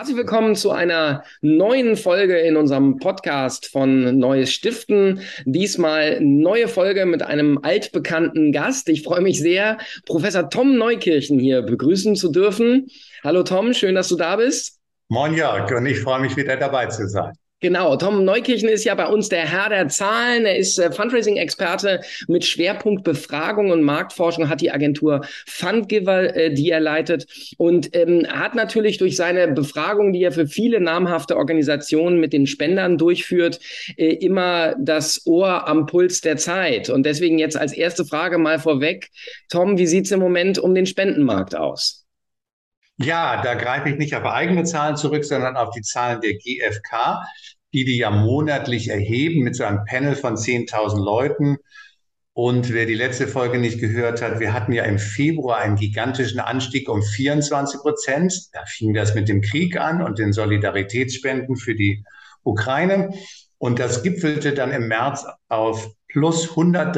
Herzlich willkommen zu einer neuen Folge in unserem Podcast von Neues Stiften. Diesmal neue Folge mit einem altbekannten Gast. Ich freue mich sehr, Professor Tom Neukirchen hier begrüßen zu dürfen. Hallo Tom, schön, dass du da bist. Moin Jörg, und ich freue mich wieder dabei zu sein. Genau, Tom Neukirchen ist ja bei uns der Herr der Zahlen. Er ist Fundraising-Experte mit Schwerpunkt Befragung und Marktforschung, hat die Agentur Fundgiver, die er leitet und hat natürlich durch seine Befragung, die er für viele namhafte Organisationen mit den Spendern durchführt, immer das Ohr am Puls der Zeit. Und deswegen jetzt als erste Frage mal vorweg, Tom, wie sieht's im Moment um den Spendenmarkt aus? Ja, da greife ich nicht auf eigene Zahlen zurück, sondern auf die Zahlen der GfK, die ja monatlich erheben mit so einem Panel von 10.000 Leuten. Und wer die letzte Folge nicht gehört hat, wir hatten ja im Februar einen gigantischen Anstieg um 24%. Da fing das mit dem Krieg an und den Solidaritätsspenden für die Ukraine. Und das gipfelte dann im März auf plus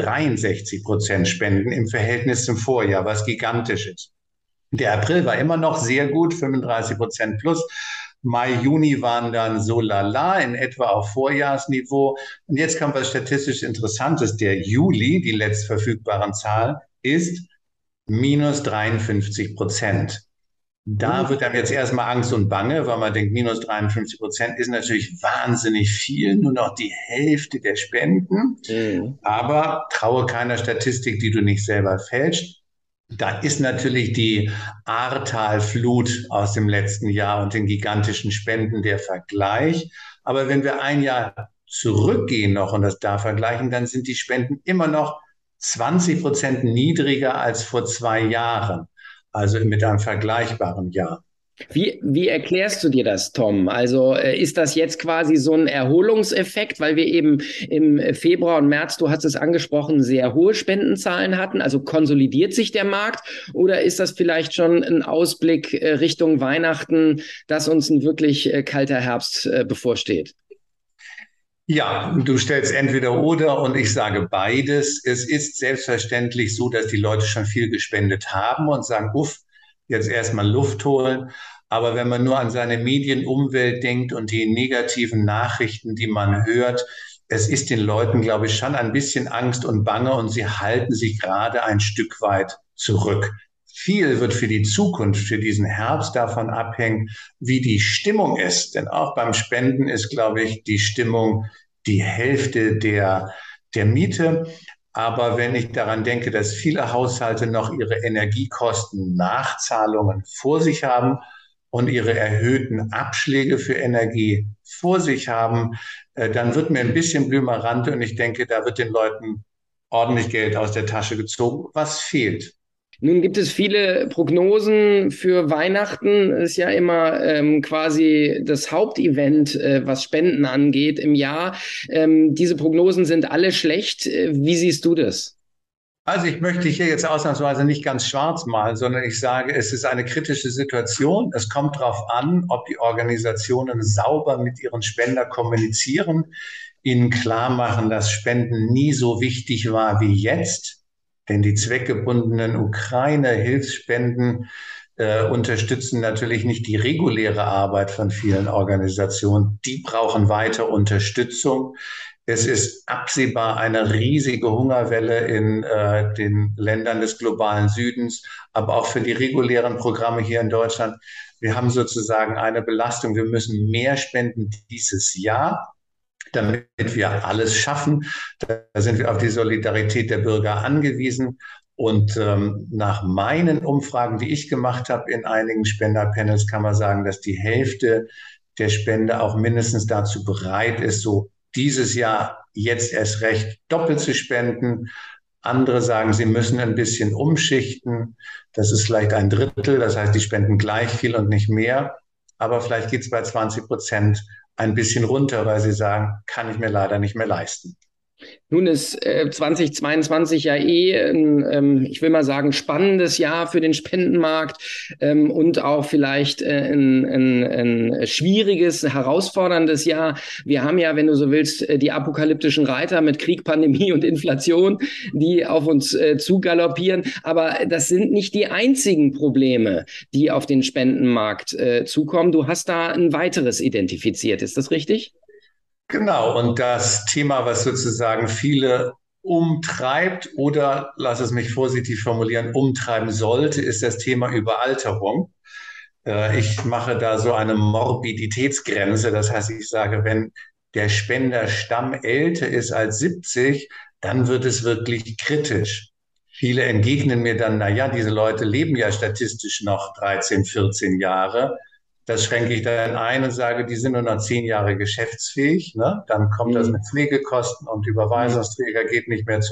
163% Spenden im Verhältnis zum Vorjahr, was gigantisch ist. Der April war immer noch sehr gut, 35% plus. Mai, Juni waren dann so lala, in etwa auf Vorjahresniveau. Und jetzt kommt was statistisch Interessantes. Der Juli, die letztverfügbaren Zahlen, ist minus 53%. Da wird einem jetzt erstmal Angst und Bange, weil man denkt, minus 53% ist natürlich wahnsinnig viel, nur noch die Hälfte der Spenden. Mhm. Aber traue keiner Statistik, die du nicht selber fälscht. Da ist natürlich die Ahrtal-Flut aus dem letzten Jahr und den gigantischen Spenden der Vergleich. Aber wenn wir ein Jahr zurückgehen noch und das da vergleichen, dann sind die Spenden immer noch 20% niedriger als vor 2 Jahren, also mit einem vergleichbaren Jahr. Wie erklärst du dir das, Tom? Also ist das jetzt quasi so ein Erholungseffekt, weil wir eben im Februar und März, du hast es angesprochen, sehr hohe Spendenzahlen hatten? Also konsolidiert sich der Markt oder ist das vielleicht schon ein Ausblick Richtung Weihnachten, dass uns ein wirklich kalter Herbst bevorsteht? Ja, du stellst entweder oder und ich sage beides. Es ist selbstverständlich so, dass die Leute schon viel gespendet haben und sagen, uff, jetzt erstmal Luft holen. Aber wenn man nur an seine Medienumwelt denkt und die negativen Nachrichten, die man hört, es ist den Leuten, glaube ich, schon ein bisschen Angst und Bange und sie halten sich gerade ein Stück weit zurück. Viel wird für die Zukunft, für diesen Herbst davon abhängen, wie die Stimmung ist. Denn auch beim Spenden ist, glaube ich, die Stimmung die Hälfte der Miete. Aber wenn ich daran denke, dass viele Haushalte noch ihre Energiekosten Nachzahlungen vor sich haben und ihre erhöhten Abschläge für Energie vor sich haben, dann wird mir ein bisschen blümerant und ich denke, da wird den Leuten ordentlich Geld aus der Tasche gezogen. Was fehlt? Nun gibt es viele Prognosen für Weihnachten. Ist ja immer quasi das Hauptevent, was Spenden angeht im Jahr. Diese Prognosen sind alle schlecht. Wie siehst du das? Also ich möchte hier jetzt ausnahmsweise nicht ganz schwarz malen, sondern ich sage, es ist eine kritische Situation. Es kommt darauf an, ob die Organisationen sauber mit ihren Spender kommunizieren, ihnen klar machen, dass Spenden nie so wichtig war wie jetzt. Denn die zweckgebundenen Ukraine-Hilfsspenden unterstützen natürlich nicht die reguläre Arbeit von vielen Organisationen. Die brauchen weiter Unterstützung. Es ist absehbar eine riesige Hungerwelle in den Ländern des globalen Südens, aber auch für die regulären Programme hier in Deutschland. Wir haben sozusagen eine Belastung. Wir müssen mehr spenden dieses Jahr, damit wir alles schaffen. Da sind wir auf die Solidarität der Bürger angewiesen. Und nach meinen Umfragen, die ich gemacht habe in einigen Spenderpanels, kann man sagen, dass die Hälfte der Spender auch mindestens dazu bereit ist, so dieses Jahr jetzt erst recht doppelt zu spenden. Andere sagen, sie müssen ein bisschen umschichten. Das ist vielleicht ein Drittel. Das heißt, die spenden gleich viel und nicht mehr. Aber vielleicht geht es bei 20% ein bisschen runter, weil sie sagen, kann ich mir leider nicht mehr leisten. Nun ist 2022 ja ich will mal sagen, spannendes Jahr für den Spendenmarkt und auch vielleicht ein schwieriges, herausforderndes Jahr. Wir haben ja, wenn du so willst, die apokalyptischen Reiter mit Krieg, Pandemie und Inflation, die auf uns zugaloppieren. Aber das sind nicht die einzigen Probleme, die auf den Spendenmarkt zukommen. Du hast da ein weiteres identifiziert. Ist das richtig? Genau, und das Thema, was sozusagen viele umtreibt oder, lass es mich vorsichtig formulieren, umtreiben sollte, ist das Thema Überalterung. Ich mache da so eine Morbiditätsgrenze. Das heißt, ich sage, wenn der Spenderstamm älter ist als 70, dann wird es wirklich kritisch. Viele entgegnen mir dann, na ja, diese Leute leben ja statistisch noch 13, 14 Jahre. Das schränke ich dann ein und sage, die sind nur noch 10 Jahre geschäftsfähig. Ne? Dann kommt das Mhm. mit Pflegekosten und Überweisungsträger geht nicht mehr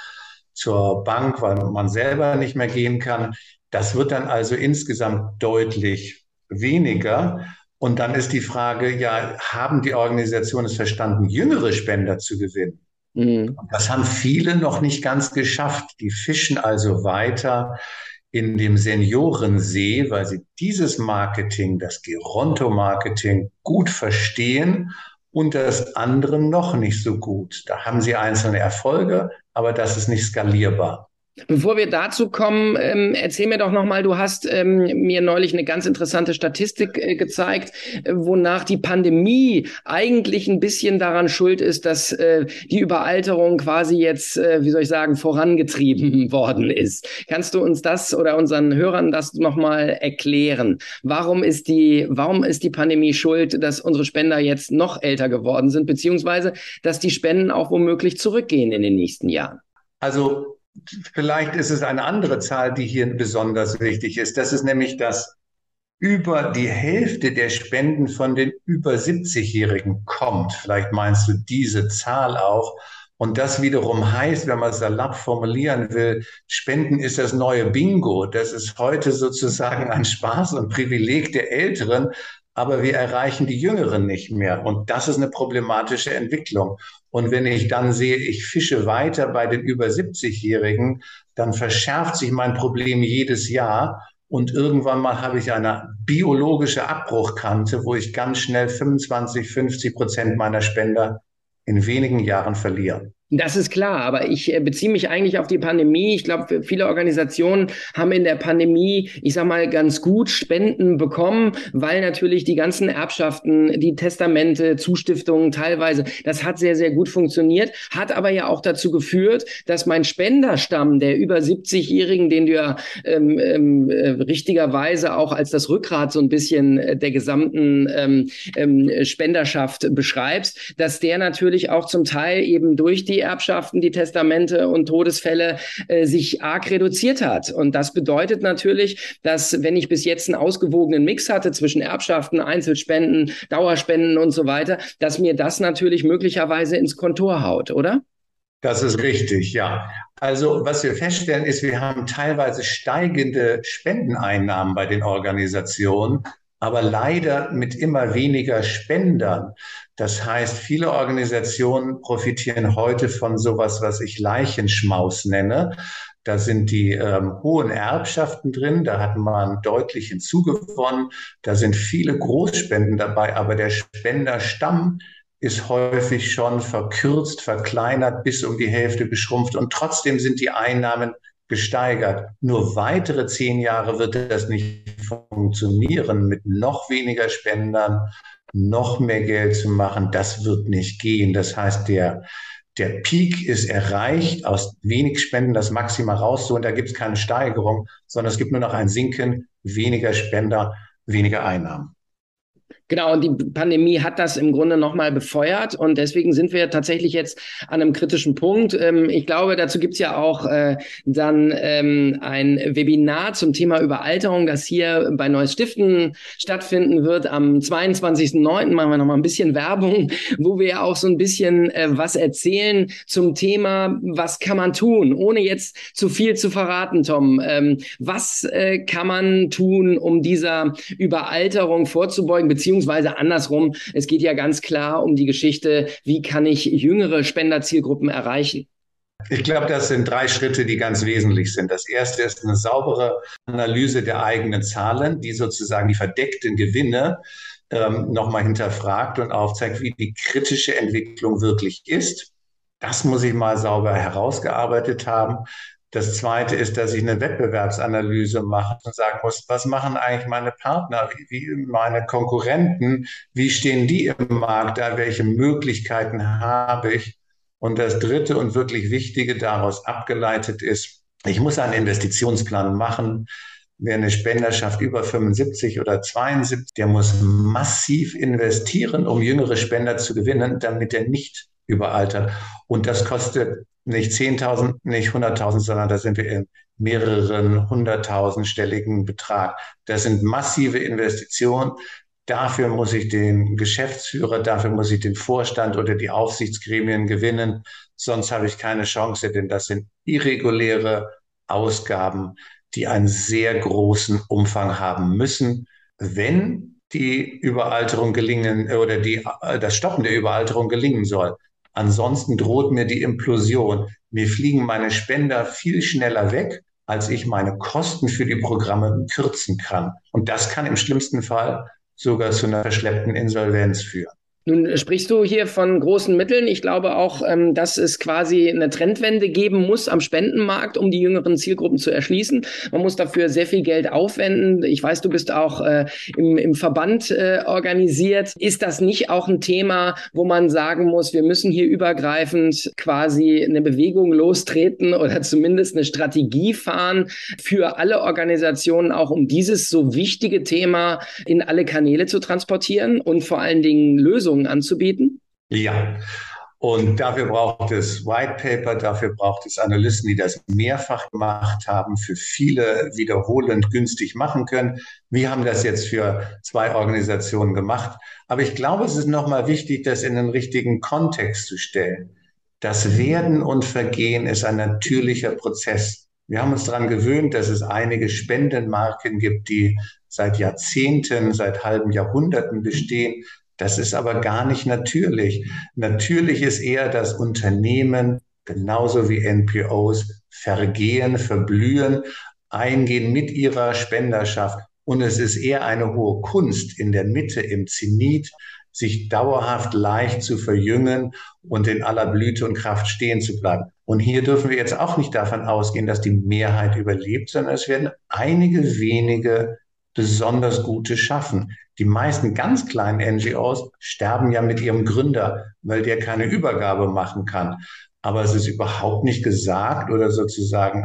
zur Bank, weil man selber nicht mehr gehen kann. Das wird dann also insgesamt deutlich weniger. Und dann ist die Frage, ja, haben die Organisationen es verstanden, jüngere Spender zu gewinnen? Mhm. Das haben viele noch nicht ganz geschafft. Die fischen also weiter in dem Seniorensee, weil sie dieses Marketing, das Geronto-Marketing gut verstehen und das andere noch nicht so gut. Da haben sie einzelne Erfolge, aber das ist nicht skalierbar. Bevor wir dazu kommen, erzähl mir doch nochmal, du hast mir neulich eine ganz interessante Statistik gezeigt, wonach die Pandemie eigentlich ein bisschen daran schuld ist, dass die Überalterung quasi jetzt, wie soll ich sagen, vorangetrieben worden ist. Kannst du uns das oder unseren Hörern das nochmal erklären? Warum ist die Pandemie schuld, dass unsere Spender jetzt noch älter geworden sind, beziehungsweise dass die Spenden auch womöglich zurückgehen in den nächsten Jahren? Also vielleicht ist es eine andere Zahl, die hier besonders wichtig ist. Das ist nämlich, dass über die Hälfte der Spenden von den über 70-Jährigen kommt. Vielleicht meinst du diese Zahl auch. Und das wiederum heißt, wenn man es salopp formulieren will, Spenden ist das neue Bingo. Das ist heute sozusagen ein Spaß und Privileg der Älteren, aber wir erreichen die Jüngeren nicht mehr. Und das ist eine problematische Entwicklung. Und wenn ich dann sehe, ich fische weiter bei den über 70-Jährigen, dann verschärft sich mein Problem jedes Jahr. Und irgendwann mal habe ich eine biologische Abbruchkante, wo ich ganz schnell 25, 50% meiner Spender in wenigen Jahren verliere. Das ist klar, aber ich beziehe mich eigentlich auf die Pandemie. Ich glaube, viele Organisationen haben in der Pandemie, ich sag mal, ganz gut Spenden bekommen, weil natürlich die ganzen Erbschaften, die Testamente, Zustiftungen teilweise, das hat sehr, sehr gut funktioniert, hat aber ja auch dazu geführt, dass mein Spenderstamm der über 70-Jährigen, den du ja richtigerweise auch als das Rückgrat so ein bisschen der gesamten Spenderschaft beschreibst, dass der natürlich auch zum Teil eben durch die Erbschaften, die Testamente und Todesfälle sich arg reduziert hat. Und das bedeutet natürlich, dass wenn ich bis jetzt einen ausgewogenen Mix hatte zwischen Erbschaften, Einzelspenden, Dauerspenden und so weiter, dass mir das natürlich möglicherweise ins Kontor haut, oder? Das ist richtig, ja. Also was wir feststellen ist, wir haben teilweise steigende Spendeneinnahmen bei den Organisationen, aber leider mit immer weniger Spendern. Das heißt, viele Organisationen profitieren heute von sowas, was ich Leichenschmaus nenne. Da sind die hohen Erbschaften drin, da hat man deutlich hinzugewonnen. Da sind viele Großspenden dabei, aber der Spenderstamm ist häufig schon verkürzt, verkleinert, bis um die Hälfte geschrumpft und trotzdem sind die Einnahmen gesteigert. Nur weitere 10 Jahre wird das nicht funktionieren, mit noch weniger Spendern noch mehr Geld zu machen. Das wird nicht gehen. Das heißt, der Peak ist erreicht, aus wenig Spenden das Maxima rauszuholen. Da gibt es keine Steigerung, sondern es gibt nur noch ein Sinken, weniger Spender, weniger Einnahmen. Genau, und die Pandemie hat das im Grunde nochmal befeuert und deswegen sind wir tatsächlich jetzt an einem kritischen Punkt. Ich glaube, dazu gibt's ja auch dann ein Webinar zum Thema Überalterung, das hier bei Neues Stiften stattfinden wird. Am 22.09. machen wir nochmal ein bisschen Werbung, wo wir ja auch so ein bisschen was erzählen zum Thema, was kann man tun, ohne jetzt zu viel zu verraten, Tom. Was kann man tun, um dieser Überalterung vorzubeugen, beziehungsweise beziehungsweise andersrum. Es geht ja ganz klar um die Geschichte, wie kann ich jüngere Spenderzielgruppen erreichen? Ich glaube, das sind 3 Schritte, die ganz wesentlich sind. Das erste ist eine saubere Analyse der eigenen Zahlen, die sozusagen die verdeckten Gewinne nochmal hinterfragt und aufzeigt, wie die kritische Entwicklung wirklich ist. Das muss ich mal sauber herausgearbeitet haben. Das zweite ist, dass ich eine Wettbewerbsanalyse mache und sagen muss, was machen eigentlich meine Partner, wie meine Konkurrenten, wie stehen die im Markt da, welche Möglichkeiten habe ich? Und das dritte und wirklich Wichtige daraus abgeleitet ist, ich muss einen Investitionsplan machen. Wer eine Spenderschaft über 75 oder 72, der muss massiv investieren, um jüngere Spender zu gewinnen, damit er nicht überaltert. Und das kostet nicht 10.000, nicht 100.000, sondern da sind wir in mehreren 100.000-stelligen Betrag. Das sind massive Investitionen. Dafür muss ich den Geschäftsführer, dafür muss ich den Vorstand oder die Aufsichtsgremien gewinnen. Sonst habe ich keine Chance, denn das sind irreguläre Ausgaben, die einen sehr großen Umfang haben müssen, wenn die Überalterung gelingen oder das Stoppen der Überalterung gelingen soll. Ansonsten droht mir die Implosion. Mir fliegen meine Spender viel schneller weg, als ich meine Kosten für die Programme kürzen kann. Und das kann im schlimmsten Fall sogar zu einer verschleppten Insolvenz führen. Nun sprichst du hier von großen Mitteln. Ich glaube auch, dass es quasi eine Trendwende geben muss am Spendenmarkt, um die jüngeren Zielgruppen zu erschließen. Man muss dafür sehr viel Geld aufwenden. Ich weiß, du bist auch im Verband organisiert. Ist das nicht auch ein Thema, wo man sagen muss, wir müssen hier übergreifend quasi eine Bewegung lostreten oder zumindest eine Strategie fahren für alle Organisationen, auch um dieses so wichtige Thema in alle Kanäle zu transportieren und vor allen Dingen Lösungen anzubieten? Ja, und dafür braucht es White Paper, dafür braucht es Analysten, die das mehrfach gemacht haben, für viele wiederholend günstig machen können. Wir haben das jetzt für 2 Organisationen gemacht. Aber ich glaube, es ist nochmal wichtig, das in den richtigen Kontext zu stellen. Das Werden und Vergehen ist ein natürlicher Prozess. Wir haben uns daran gewöhnt, dass es einige Spendenmarken gibt, die seit Jahrzehnten, seit halben Jahrhunderten bestehen. Das ist aber gar nicht natürlich. Natürlich ist eher das Unternehmen, genauso wie NPOs, vergehen, verblühen, eingehen mit ihrer Spenderschaft. Und es ist eher eine hohe Kunst in der Mitte, im Zenit, sich dauerhaft leicht zu verjüngen und in aller Blüte und Kraft stehen zu bleiben. Und hier dürfen wir jetzt auch nicht davon ausgehen, dass die Mehrheit überlebt, sondern es werden einige wenige besonders gute schaffen. Die meisten ganz kleinen NGOs sterben ja mit ihrem Gründer, weil der keine Übergabe machen kann. Aber es ist überhaupt nicht gesagt oder sozusagen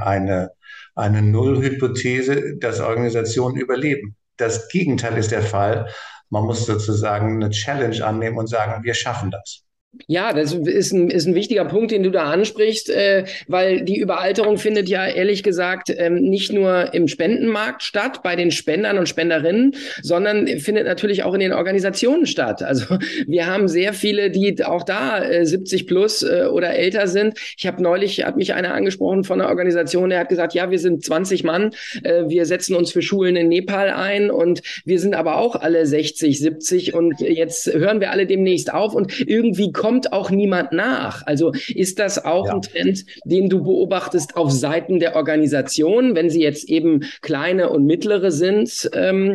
eine Nullhypothese, dass Organisationen überleben. Das Gegenteil ist der Fall. Man muss sozusagen eine Challenge annehmen und sagen, wir schaffen das. Ja, das ist ein wichtiger Punkt, den du da ansprichst, weil die Überalterung findet ja ehrlich gesagt nicht nur im Spendenmarkt statt, bei den Spendern und Spenderinnen, sondern findet natürlich auch in den Organisationen statt. Also wir haben sehr viele, die auch da 70 plus oder älter sind. Hat mich einer angesprochen von einer Organisation, der hat gesagt, ja, wir sind 20 Mann, wir setzen uns für Schulen in Nepal ein und wir sind aber auch alle 60, 70 und jetzt hören wir alle demnächst auf und irgendwie kommt auch niemand nach. Also ist das auch ein Trend, den du beobachtest auf Seiten der Organisation, wenn sie jetzt eben kleine und mittlere sind,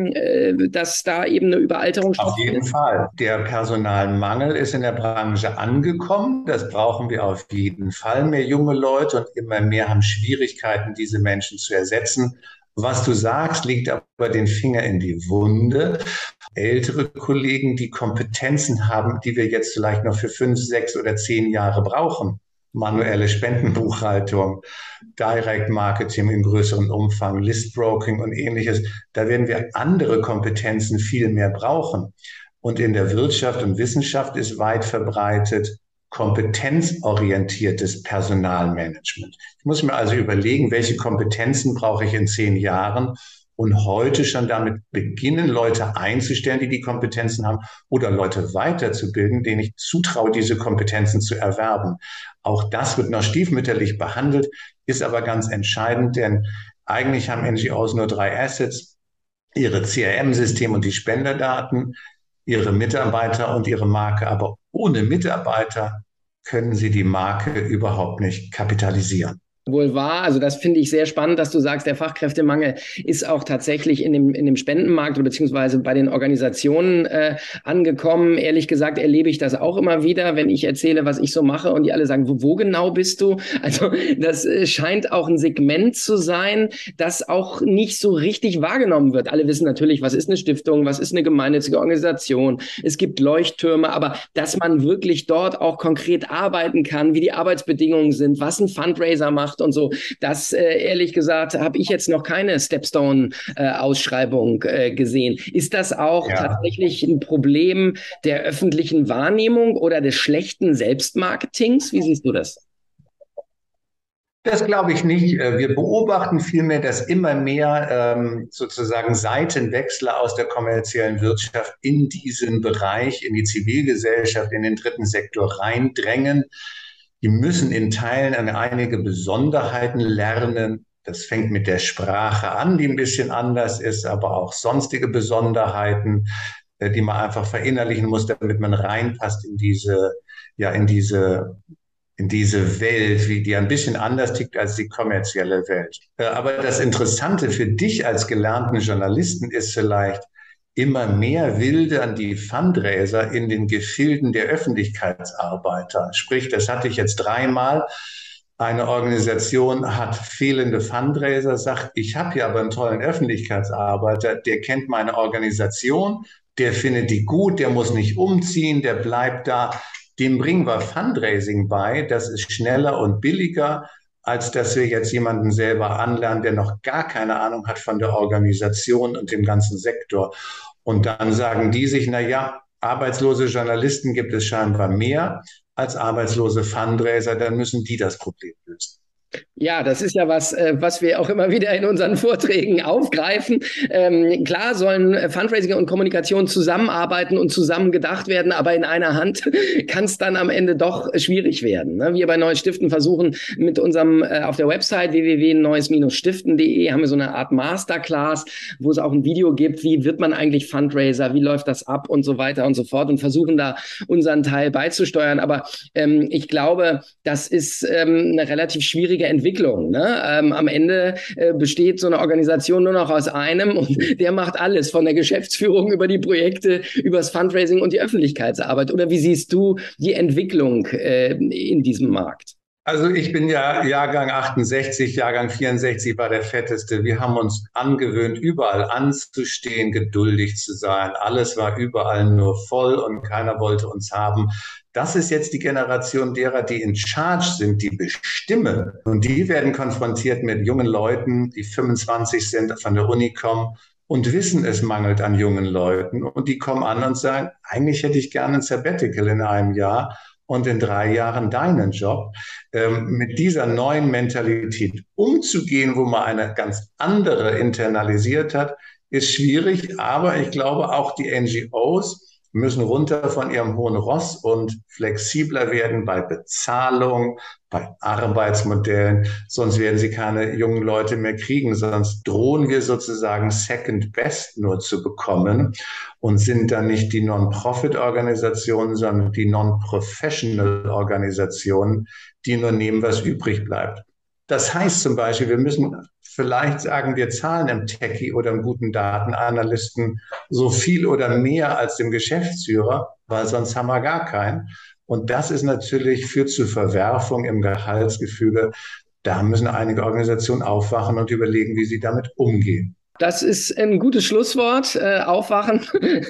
dass da eben eine Überalterung stattfindet? Auf jeden Fall. Der Personalmangel ist in der Branche angekommen. Das brauchen wir auf jeden Fall. Mehr junge Leute und immer mehr haben Schwierigkeiten, diese Menschen zu ersetzen. Was du sagst, liegt aber den Finger in die Wunde. Ältere Kollegen, die Kompetenzen haben, die wir jetzt vielleicht noch für 5, 6 oder 10 Jahre brauchen. Manuelle Spendenbuchhaltung, Direct Marketing in größerem Umfang, Listbroking und ähnliches. Da werden wir andere Kompetenzen viel mehr brauchen. Und in der Wirtschaft und Wissenschaft ist weit verbreitet kompetenzorientiertes Personalmanagement. Ich muss mir also überlegen, welche Kompetenzen brauche ich in 10 Jahren und heute schon damit beginnen, Leute einzustellen, die die Kompetenzen haben oder Leute weiterzubilden, denen ich zutraue, diese Kompetenzen zu erwerben. Auch das wird noch stiefmütterlich behandelt, ist aber ganz entscheidend, denn eigentlich haben NGOs nur 3 Assets, ihre CRM-System und die Spenderdaten. ihre Mitarbeiter und ihre Marke. Aber ohne Mitarbeiter können sie die Marke überhaupt nicht kapitalisieren. Wohl wahr. Also das finde ich sehr spannend, dass du sagst, der Fachkräftemangel ist auch tatsächlich in dem Spendenmarkt oder beziehungsweise bei den Organisationen angekommen. Ehrlich gesagt erlebe ich das auch immer wieder, wenn ich erzähle, was ich so mache und die alle sagen, wo genau bist du? Also das scheint auch ein Segment zu sein, das auch nicht so richtig wahrgenommen wird. Alle wissen natürlich, was ist eine Stiftung, was ist eine gemeinnützige Organisation. Es gibt Leuchttürme, aber dass man wirklich dort auch konkret arbeiten kann, wie die Arbeitsbedingungen sind, was ein Fundraiser macht und so. Das, ehrlich gesagt, habe ich jetzt noch keine Stepstone-Ausschreibung gesehen. Ist das auch Ja. tatsächlich ein Problem der öffentlichen Wahrnehmung oder des schlechten Selbstmarketings? Wie siehst du das? Das glaube ich nicht. Wir beobachten vielmehr, dass immer mehr sozusagen Seitenwechsler aus der kommerziellen Wirtschaft in diesen Bereich, in die Zivilgesellschaft, in den dritten Sektor reindrängen. Die müssen in Teilen an einige Besonderheiten lernen. Das fängt mit der Sprache an, die ein bisschen anders ist, aber auch sonstige Besonderheiten, die man einfach verinnerlichen muss, damit man reinpasst ja, in diese Welt, wie die ein bisschen anders tickt als die kommerzielle Welt. Aber das Interessante für dich als gelernten Journalisten ist vielleicht, immer mehr wildern die Fundraiser in den Gefilden der Öffentlichkeitsarbeiter. Sprich, das hatte ich jetzt dreimal. Eine Organisation hat fehlende Fundraiser, sagt, ich habe hier aber einen tollen Öffentlichkeitsarbeiter, der kennt meine Organisation, der findet die gut, der muss nicht umziehen, der bleibt da. Dem bringen wir Fundraising bei. Das ist schneller und billiger, als dass wir jetzt jemanden selber anlernen, der noch gar keine Ahnung hat von der Organisation und dem ganzen Sektor. Und dann sagen die sich, na ja, arbeitslose Journalisten gibt es scheinbar mehr als arbeitslose Fundraiser, dann müssen die das Problem lösen. Ja, das ist ja was, was wir auch immer wieder in unseren Vorträgen aufgreifen. Klar sollen Fundraising und Kommunikation zusammenarbeiten und zusammen gedacht werden, aber in einer Hand kann es dann am Ende doch schwierig werden. Ne? Wir bei Neues Stiften versuchen mit unserem auf der Website www.neues-stiften.de haben wir so eine Art Masterclass, wo es auch ein Video gibt, wie wird man eigentlich Fundraiser, wie läuft das ab und so weiter und so fort und versuchen da unseren Teil beizusteuern. Aber ich glaube, das ist eine relativ schwierige Entwicklung. Ne? Am Ende besteht so eine Organisation nur noch aus einem und der macht alles von der Geschäftsführung über die Projekte, übers Fundraising und die Öffentlichkeitsarbeit. Oder wie siehst du die Entwicklung in diesem Markt? Also ich bin ja Jahrgang 68, Jahrgang 64 war der fetteste. Wir haben uns angewöhnt, überall anzustehen, geduldig zu sein. Alles war überall nur voll und keiner wollte uns haben. Das ist jetzt die Generation derer, die in Charge sind, die bestimmen. Und die werden konfrontiert mit jungen Leuten, die 25 sind, von der Uni kommen und wissen, es mangelt an jungen Leuten. Und die kommen an und sagen, eigentlich hätte ich gerne ein Sabbatical in einem Jahr und in 3 Jahren deinen Job. Mit dieser neuen Mentalität umzugehen, wo man eine ganz andere internalisiert hat, ist schwierig. Aber ich glaube, auch die NGOs müssen runter von ihrem hohen Ross und flexibler werden bei Bezahlung, bei Arbeitsmodellen. Sonst werden sie keine jungen Leute mehr kriegen. Sonst drohen wir sozusagen Second Best nur zu bekommen und sind dann nicht die Non-Profit-Organisationen, sondern die Non-Professional-Organisationen, die nur nehmen, was übrig bleibt. Das heißt zum Beispiel, wir müssen vielleicht sagen, wir zahlen einem Techie oder einem guten Datenanalysten so viel oder mehr als dem Geschäftsführer, weil sonst haben wir gar keinen. Und das ist natürlich führt zu Verwerfung im Gehaltsgefüge. Da müssen einige Organisationen aufwachen und überlegen, wie sie damit umgehen. Das ist ein gutes Schlusswort, aufwachen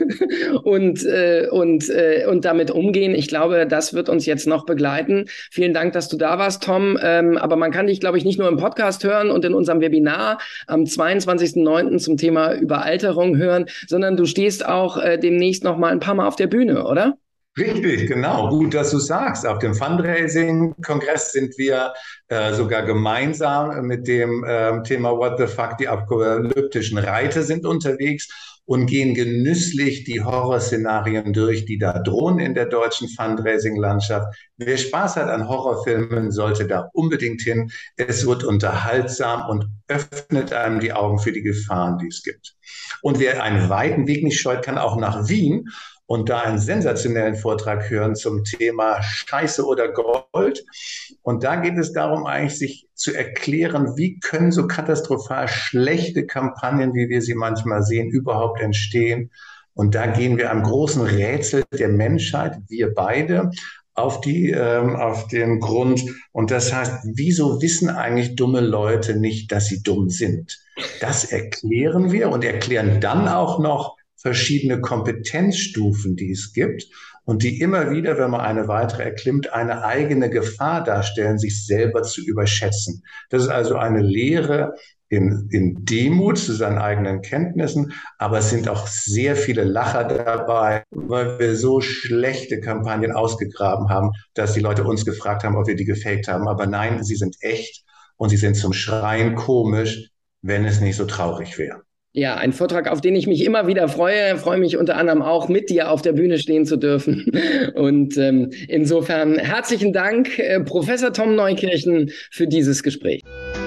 und damit umgehen. Ich glaube, das wird uns jetzt noch begleiten. Vielen Dank, dass du da warst, Tom. Aber man kann dich, glaube ich, nicht nur im Podcast hören und in unserem Webinar am 22.09. zum Thema Überalterung hören, sondern du stehst auch demnächst noch mal ein paar Mal auf der Bühne, oder? Richtig, genau. Gut, dass du sagst. Auf dem Fundraising-Kongress sind wir sogar gemeinsam mit dem Thema What the fuck, die apokalyptischen Reiter sind unterwegs und gehen genüsslich die Horrorszenarien durch, die da drohen in der deutschen Fundraising-Landschaft. Wer Spaß hat an Horrorfilmen, sollte da unbedingt hin. Es wird unterhaltsam und öffnet einem die Augen für die Gefahren, die es gibt. Und wer einen weiten Weg nicht scheut, kann auch nach Wien und da einen sensationellen Vortrag hören zum Thema Scheiße oder Gold. Und da geht es darum, eigentlich sich zu erklären, wie können so katastrophal schlechte Kampagnen, wie wir sie manchmal sehen, überhaupt entstehen. Und da gehen wir am großen Rätsel der Menschheit, wir beide, auf den Grund. Und das heißt, wieso wissen eigentlich dumme Leute nicht, dass sie dumm sind? Das erklären wir und erklären dann auch noch verschiedene Kompetenzstufen, die es gibt und die immer wieder, wenn man eine weitere erklimmt, eine eigene Gefahr darstellen, sich selber zu überschätzen. Das ist also eine Lehre in Demut zu seinen eigenen Kenntnissen, aber es sind auch sehr viele Lacher dabei, weil wir so schlechte Kampagnen ausgegraben haben, dass die Leute uns gefragt haben, ob wir die gefaked haben. Aber nein, sie sind echt und sie sind zum Schreien komisch, wenn es nicht so traurig wäre. Ja, ein Vortrag, auf den ich mich immer wieder freue. Ich freue mich unter anderem auch, mit dir auf der Bühne stehen zu dürfen. Und insofern herzlichen Dank, Professor Tom Neukirchen, für dieses Gespräch.